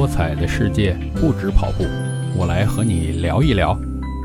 多彩的世界不止跑步，我来和你聊一聊。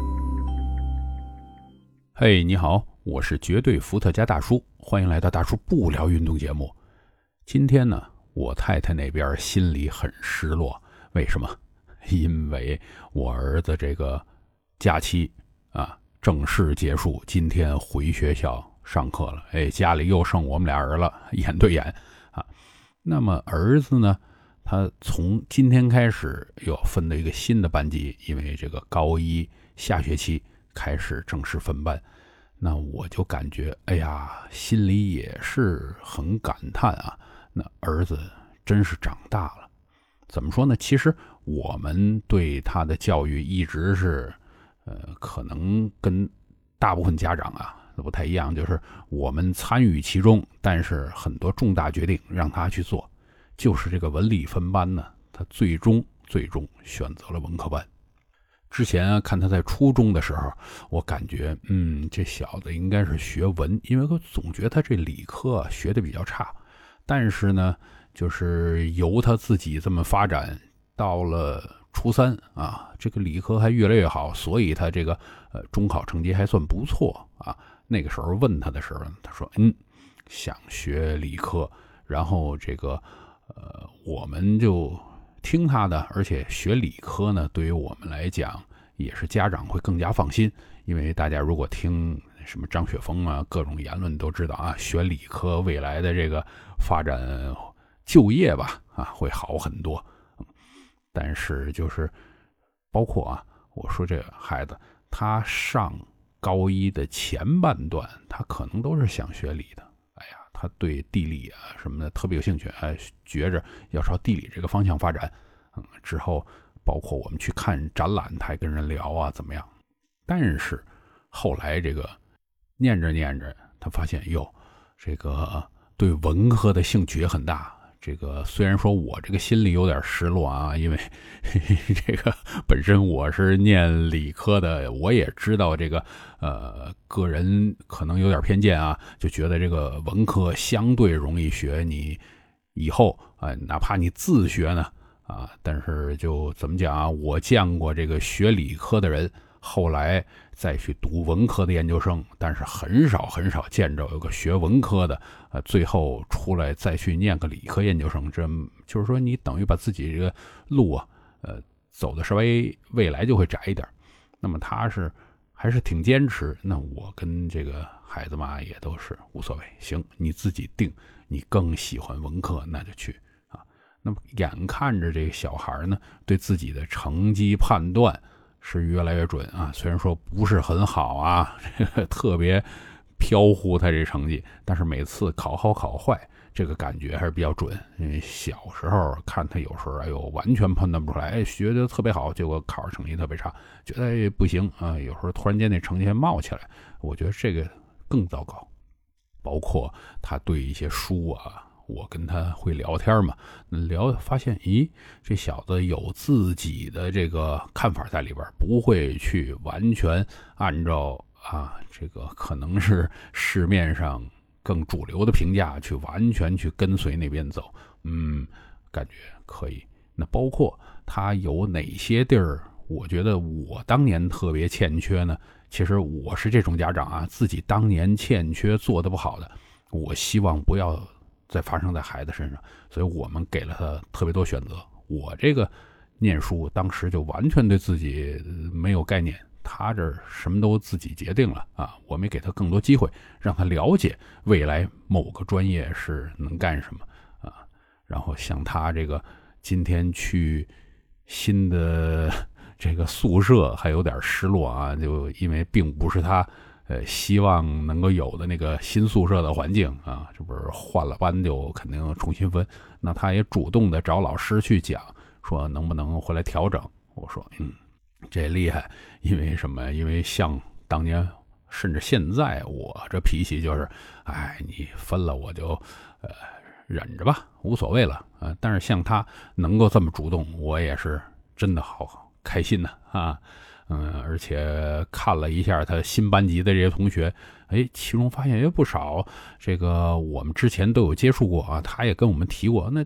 嘿，你好，我是绝对伏特加大叔，欢迎来到大叔不聊运动节目。今天呢，我太太那边心里很失落，为什么？因为我儿子这个假期正式结束，今天回学校上课了。家里又剩我们俩人了，眼对眼啊。那么儿子呢，他从今天开始又分到一个新的班级，因为这个高一下学期开始正式分班。那我就感觉心里也是很感叹啊，那儿子真是长大了。怎么说呢，其实我们对他的教育一直是可能跟大部分家长不太一样，就是我们参与其中，但是很多重大决定让他去做。就是这个文理分班呢，他最终选择了文科班。之前看他在初中的时候，我感觉这小子应该是学文，因为我总觉得他这理科学的比较差。但是呢，就是由他自己这么发展，到了初三这个理科还越来越好，所以他这个中考成绩还算不错啊。那个时候问他的时候，他说想学理科，然后这个我们就听他的，而且学理科呢，对于我们来讲也是家长会更加放心，因为大家如果听什么张雪峰各种言论都知道学理科未来的这个发展就业吧会好很多。但是就是包括我说这个孩子他上高一的前半段，他可能都是想学理的。他对地理什么的特别有兴趣，觉着要朝地理这个方向发展。之后包括我们去看展览，他还跟人聊怎么样。但是后来这个念着念着，他发现这个对文科的兴趣也很大。这个虽然说我这个心里有点失落因为这个本身我是念理科的，我也知道这个个人可能有点偏见就觉得这个文科相对容易学，你以后哪怕你自学呢但是就怎么讲我见过这个学理科的人后来再去读文科的研究生，但是很少见着有个学文科的最后出来再去念个理科研究生。这就是说你等于把自己这个路走的稍微未来就会窄一点。那么他还是挺坚持，那我跟这个孩子嘛也都是无所谓，行，你自己定，你更喜欢文科那就去那么眼看着这个小孩呢对自己的成绩判断是越来越准虽然说不是很好特别飘忽他这成绩，但是每次考好考坏这个感觉还是比较准。因为小时候看他有时候完全判断不出来，学得特别好，结果考试成绩特别差，觉得不行有时候突然间那成绩还冒起来，我觉得这个更糟糕。包括他对一些书我跟他会聊天嘛，聊发现这小子有自己的这个看法在里边，不会去完全按照这个可能是市面上更主流的评价去完全去跟随那边走。感觉可以。那包括他有哪些地儿我觉得我当年特别欠缺呢？其实我是这种家长自己当年欠缺做得不好的，我希望不要再发生在孩子身上，所以我们给了他特别多选择。我这个念书当时就完全对自己没有概念，他这什么都自己决定了我没给他更多机会，让他了解未来某个专业是能干什么然后像他这个今天去新的这个宿舍还有点失落就因为并不是他希望能够有的那个新宿舍的环境这不是换了班就肯定重新分。那他也主动的找老师去讲，说能不能回来调整。我说这厉害，因为什么？因为像当年甚至现在我这脾气就是你分了我就忍着吧，无所谓了但是像他能够这么主动，我也是真的好开心而且看了一下他新班级的这些同学，其中发现有不少这个我们之前都有接触过他也跟我们提过，那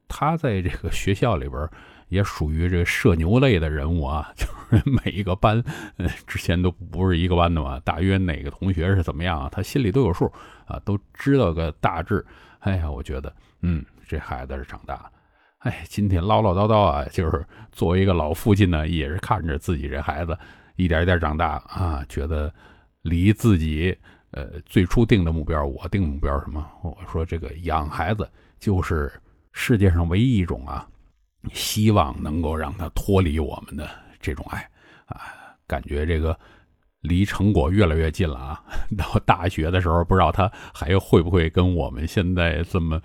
他在这个学校里边也属于这个社牛类的人物啊，就是每一个班，之前都不是一个班的嘛，大约哪个同学是怎么样啊，他心里都有数啊，都知道个大致。哎呀，我觉得，这孩子是长大了。哎，今天唠唠叨叨啊，就是作为一个老父亲呢，也是看着自己这孩子一点一点长大啊，觉得离自己最初定的目标，我定目标什么？我说这个养孩子就是世界上唯一一种啊，希望能够让他脱离我们的这种爱啊，感觉这个离成果越来越近了啊。到大学的时候，不知道他还会不会跟我们现在这么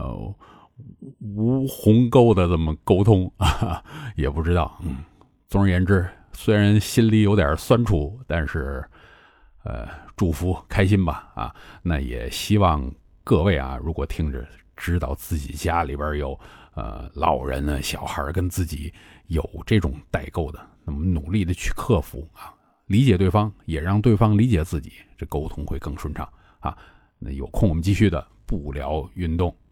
无鸿沟的这么沟通啊，也不知道。总而言之，虽然心里有点酸楚，但是祝福开心吧啊。那也希望各位啊，如果听着知道自己家里边有老人啊小孩跟自己有这种代沟的，那么努力的去克服啊，理解对方，也让对方理解自己，这沟通会更顺畅啊。那有空我们继续的不聊运动。